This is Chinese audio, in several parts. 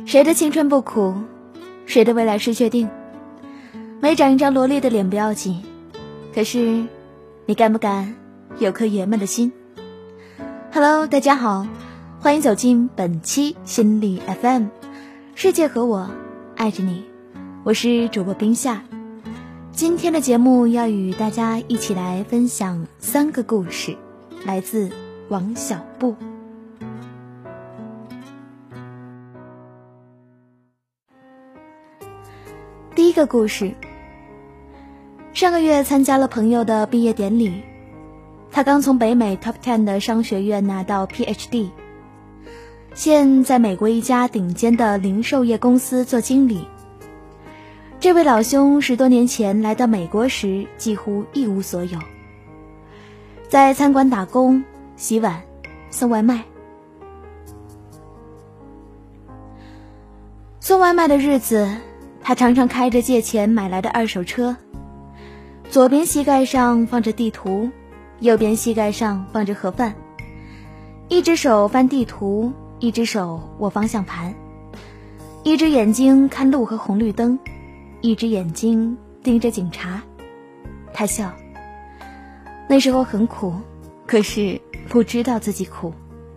谁的青春不苦，谁的未来是确定。没长一张萝莉的脸不要紧，可是你敢不敢有颗爷们的心？ Hello， 大家好，欢迎走进本期心理 FM， 世界和我爱着你，我是主播冰夏。今天的节目要与大家一起来分享3个故事，来自王小布。第一个故事，上个月参加了朋友的毕业典礼，他刚从北美 Top 10的商学院拿到 PhD， 现在美国一家顶尖的零售业公司做经理。这位老兄10多年前来到美国时几乎一无所有，在餐馆打工、洗碗、送外卖。送外卖的日子，他常常开着借钱买来的二手车，左边膝盖上放着地图，右边膝盖上放着盒饭，一只手翻地图，一只手握方向盘，一只眼睛看路和红绿灯，一只眼睛盯着警察。他笑，那时候很苦，可是不知道自己苦。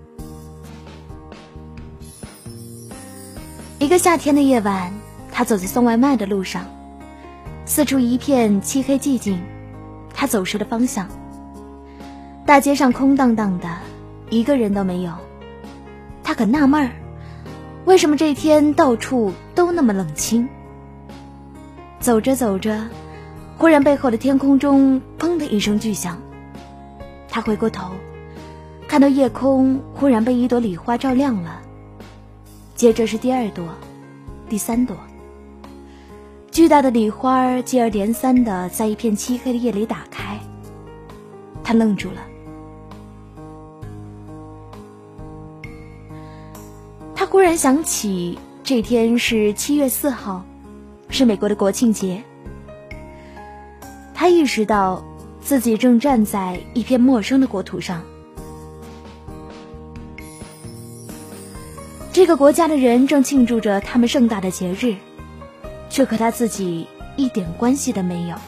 一个夏天的夜晚，他走在送外卖的路上，四处一片漆黑寂静，他走失了方向。大街上空荡荡的，一个人都没有。他很纳闷儿，为什么这天到处都那么冷清。走着走着，忽然背后的天空中砰的一声巨响，他回过头，看到夜空忽然被一朵礼花照亮了，接着是第2朵、第3朵，巨大的礼花接二连三地在一片漆黑的夜里打开。他愣住了，他忽然想起这天是7月4号，是美国的国庆节。他意识到自己正站在一片陌生的国土上，这个国家的人正庆祝着他们盛大的节日，却和他自己一点关系都没有。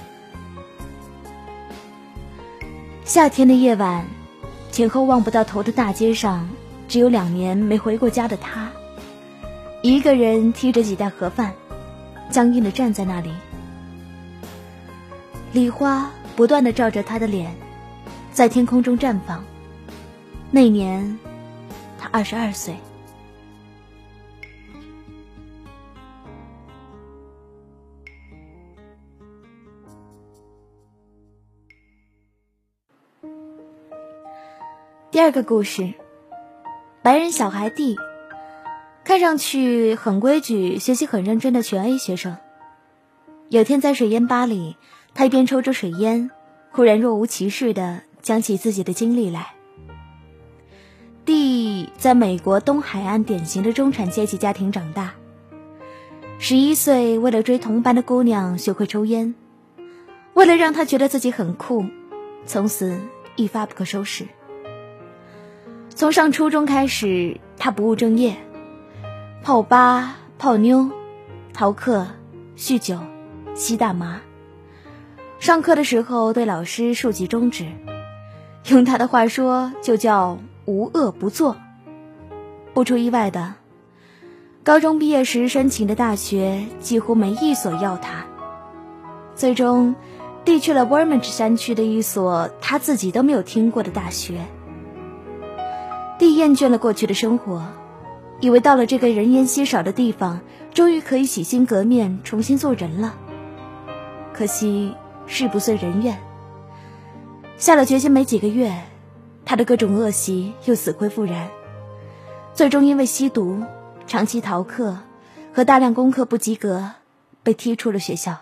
夏天的夜晚，前后望不到头的大街上，只有2年没回过家的他，一个人提着几袋盒饭，僵硬地站在那里。礼花不断地照着他的脸，在天空中绽放。那年他22岁。第2个故事，白人小孩 D， 看上去很规矩，学习很认真的全 A 学生。有天在水烟吧里，他一边抽着水烟，忽然若无其事地讲起自己的经历来。D 在美国东海岸典型的中产阶级家庭长大，11岁为了追同班的姑娘学会抽烟，为了让她觉得自己很酷，从此一发不可收拾。从上初中开始，他不务正业，泡吧、泡妞、逃课、酗酒、吸大麻。上课的时候对老师竖起中指，用他的话说就叫无恶不作。不出意外的，高中毕业时申请的大学几乎没一所要他。最终地去了 Vermont 山区的一所他自己都没有听过的大学。地厌倦了过去的生活，以为到了这个人烟稀少的地方，终于可以洗心革面重新做人了。可惜事不遂人愿，下了决心没几个月，他的各种恶习又死灰复燃，最终因为吸毒、长期逃课和大量功课不及格，被踢出了学校。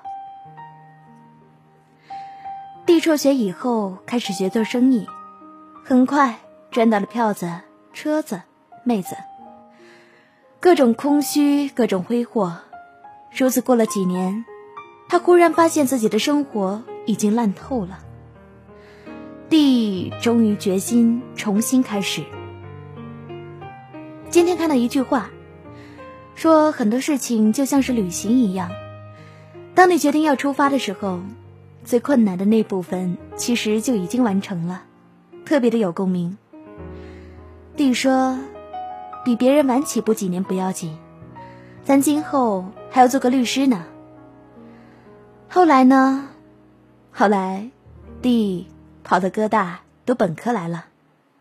地辍学以后开始学做生意，很快赚到了票子、车子、妹子，各种空虚，各种挥霍。如此过了几年，他忽然发现自己的生活已经烂透了。D终于决心重新开始。今天看到一句话， 说很多事情就像是旅行一样，当你决定要出发的时候，最困难的那部分其实就已经完成了，特别的有共鸣。弟说，比别人晚起步几年不要紧，咱今后还要做个律师呢。后来呢？后来弟跑到哥大读本科来了。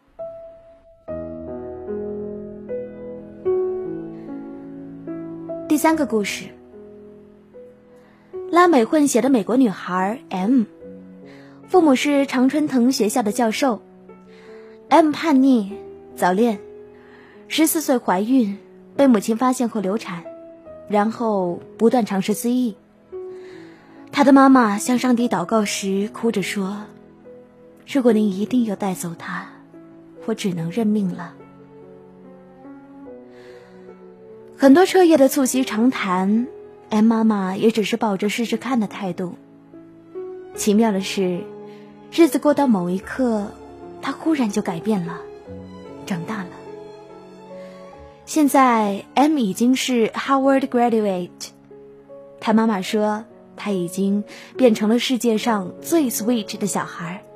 第3个故事，拉美混血的美国女孩 M， 父母是常春藤学校的教授。 M 叛逆早恋，14岁怀孕，被母亲发现后流产，然后不断尝试自缢。她的妈妈向上帝祷告时哭着说，如果您一定要带走她，我只能认命了。很多彻夜的促膝长谈， M 妈妈也只是抱着试试看的态度。奇妙的是，日子过到某一刻，她忽然就改变了，长大了。现在 M 已经是 Harvard graduate， 她妈妈说她已经变成了世界上最 sweet 的小孩。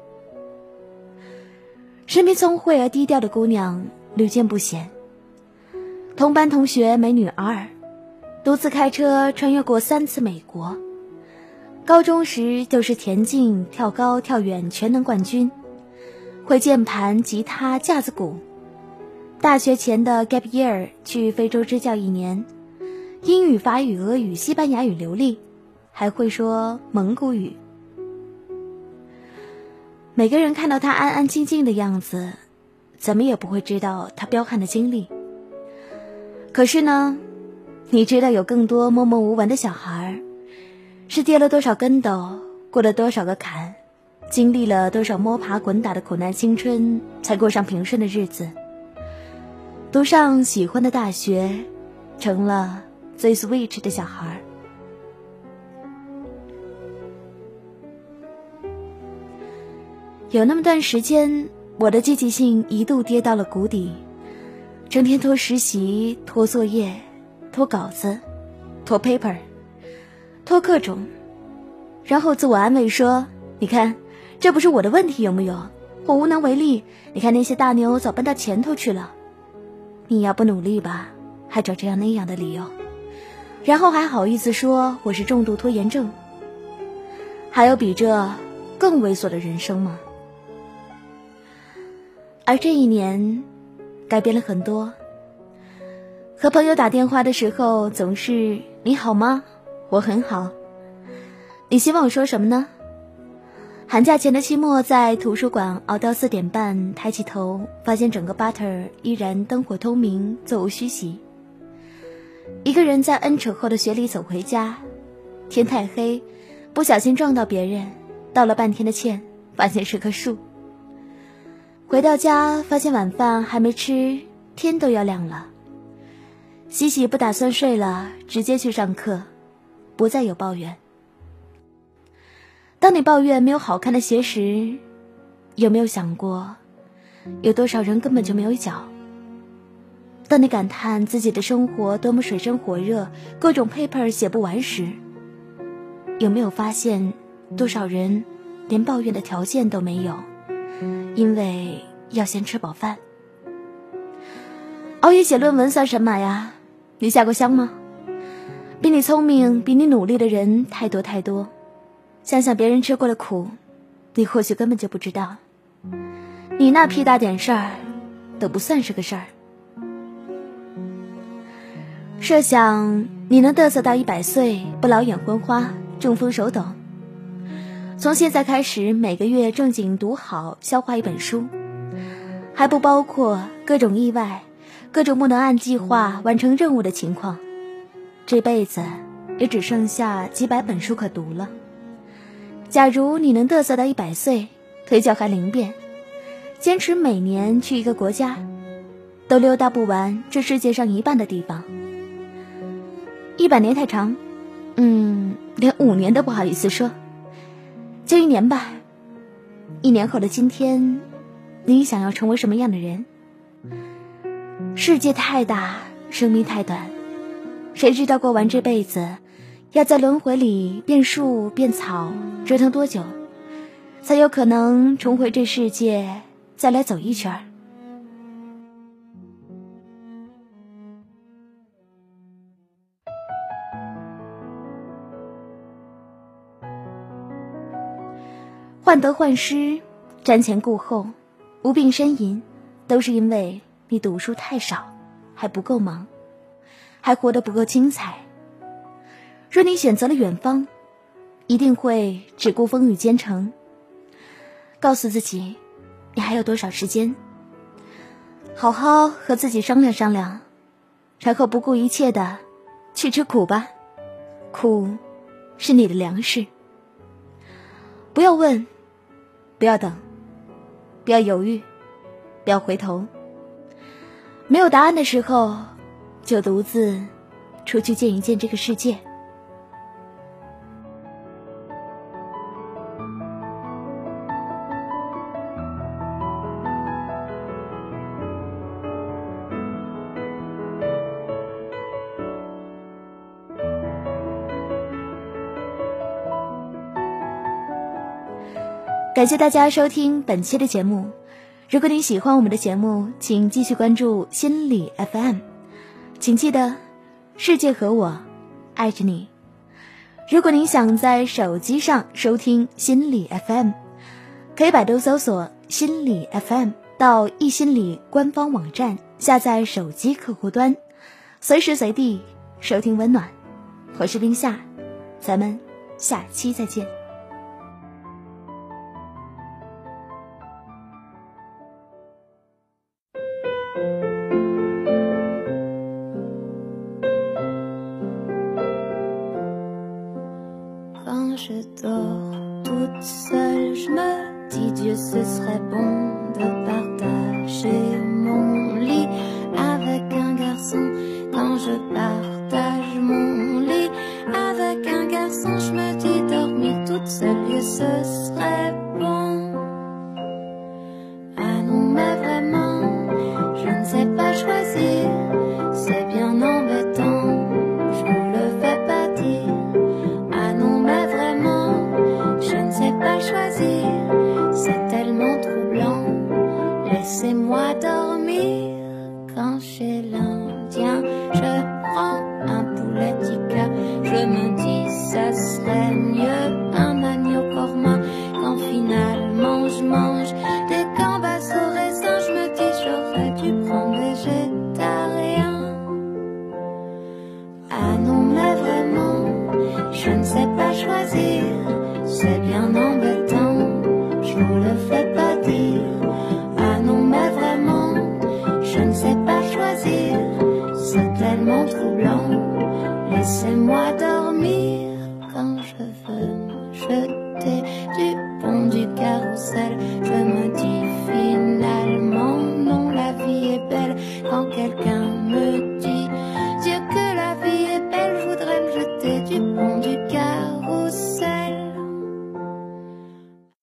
身边聪慧而低调的姑娘屡见不鲜，同班同学美女2，独自开车穿越过3次美国。高中时就是田径、跳高、跳远全能冠军，会键盘、吉他、架子鼓。大学前的 gap year 去非洲支教1年，英语、法语、俄语、西班牙语流利，还会说蒙古语。每个人看到他安安静静的样子，怎么也不会知道他彪悍的经历。可是呢，你知道有更多默默无闻的小孩，是跌了多少跟斗，过了多少个坎，经历了多少摸爬滚打的苦难青春，才过上平顺的日子，读上喜欢的大学，成了最 sweet 的小孩。有那么段时间，我的积极性一度跌到了谷底，整天拖实习、拖作业、拖稿子、拖 paper、拖各种，然后自我安慰说，你看，这不是我的问题有没有？我无能为力，你看那些大牛早奔到前头去了，你要不努力吧，还找这样那样的理由，然后还好意思说我是重度拖延症。还有比这更猥琐的人生吗？而这1年改变了很多，和朋友打电话的时候总是你好吗？我很好。你希望我说什么呢？寒假前的期末，在图书馆熬到4点半，抬起头发现整个 Butter 依然灯火通明，座无虚席。一个人在 N 扯后的雪里走回家，天太黑，不小心撞到别人，道了半天的歉，发现是棵树。回到家发现晚饭还没吃，天都要亮了。洗洗不打算睡了，直接去上课，不再有抱怨。当你抱怨没有好看的鞋时，有没有想过有多少人根本就没有脚？当你感叹自己的生活多么水深火热，各种 paper 写不完时，有没有发现多少人连抱怨的条件都没有，因为要先吃饱饭。熬夜写论文算什么呀？你下过乡吗？比你聪明比你努力的人太多太多，想想别人吃过的苦，你或许根本就不知道，你那屁大点事儿都不算是个事儿。设想你能嘚瑟到100岁，不老眼昏花，中风手抖。从现在开始，每个月正经读好消化1本书，还不包括各种意外，各种不能按计划完成任务的情况，这辈子也只剩下几百本书可读了。假如你能嘚瑟到100岁，腿脚还灵便，坚持每年去一个国家，都溜达不完这世界上一半的地方。100年太长，连5年都不好意思说，就1年吧。1年后的今天，你想要成为什么样的人？世界太大，生命太短， 谁知道过完这辈子，要在轮回里变树变草，折腾多久，才有可能重回这世界，再来走一圈。患得患失，瞻前顾后，无病呻吟，都是因为你读书太少，还不够忙，还活得不够精彩。若你选择了远方，一定会只顾风雨兼程。告诉自己，你还有多少时间，好好和自己商量商量，然后不顾一切的去吃苦吧，苦是你的粮食。不要问，不要等，不要犹豫，不要回头。没有答案的时候，就独自出去见一见这个世界。感谢大家收听本期的节目。如果你喜欢我们的节目，请继续关注心理 FM。 请记得，世界和我爱着你。如果您想在手机上收听心理 FM， 可以百度搜索心理 FM， 到易心理官方网站下载手机客户端，随时随地收听温暖。我是冰夏，咱们下期再见。 Quand je dors toute seule, je me dis Dieu, ce serait bon de partager mon lit avec un garçon. Quand je partage mon lit avec un garçon, je me dis dormir toute seule, Dieu, ce serait bon. Ah non, mais vraiment, je ne sais pas choisir, c'est bien embêtant, je vous le fais pas dire. Pas choisir, c'est tellement troublant. Laissez-moi dormir quand chez l'Indien je prends un poulet tikka. Je me dis ça serait mieux un agneau korma. Quand finalement je mange des gambas au raisin, je me dis j'aurais dû prendre végétarien. Ah non mais vraiment, je ne sais pas choisir, c'est bien embêtant, je vous le fais pas dire. Ah non mais vraiment, je ne sais pas choisir, c'est tellement troublant. Laissez-moi dormir quand je veux me jeter du pont du carrousel. Je me dis finalement non, la vie est belle quand quelqu'un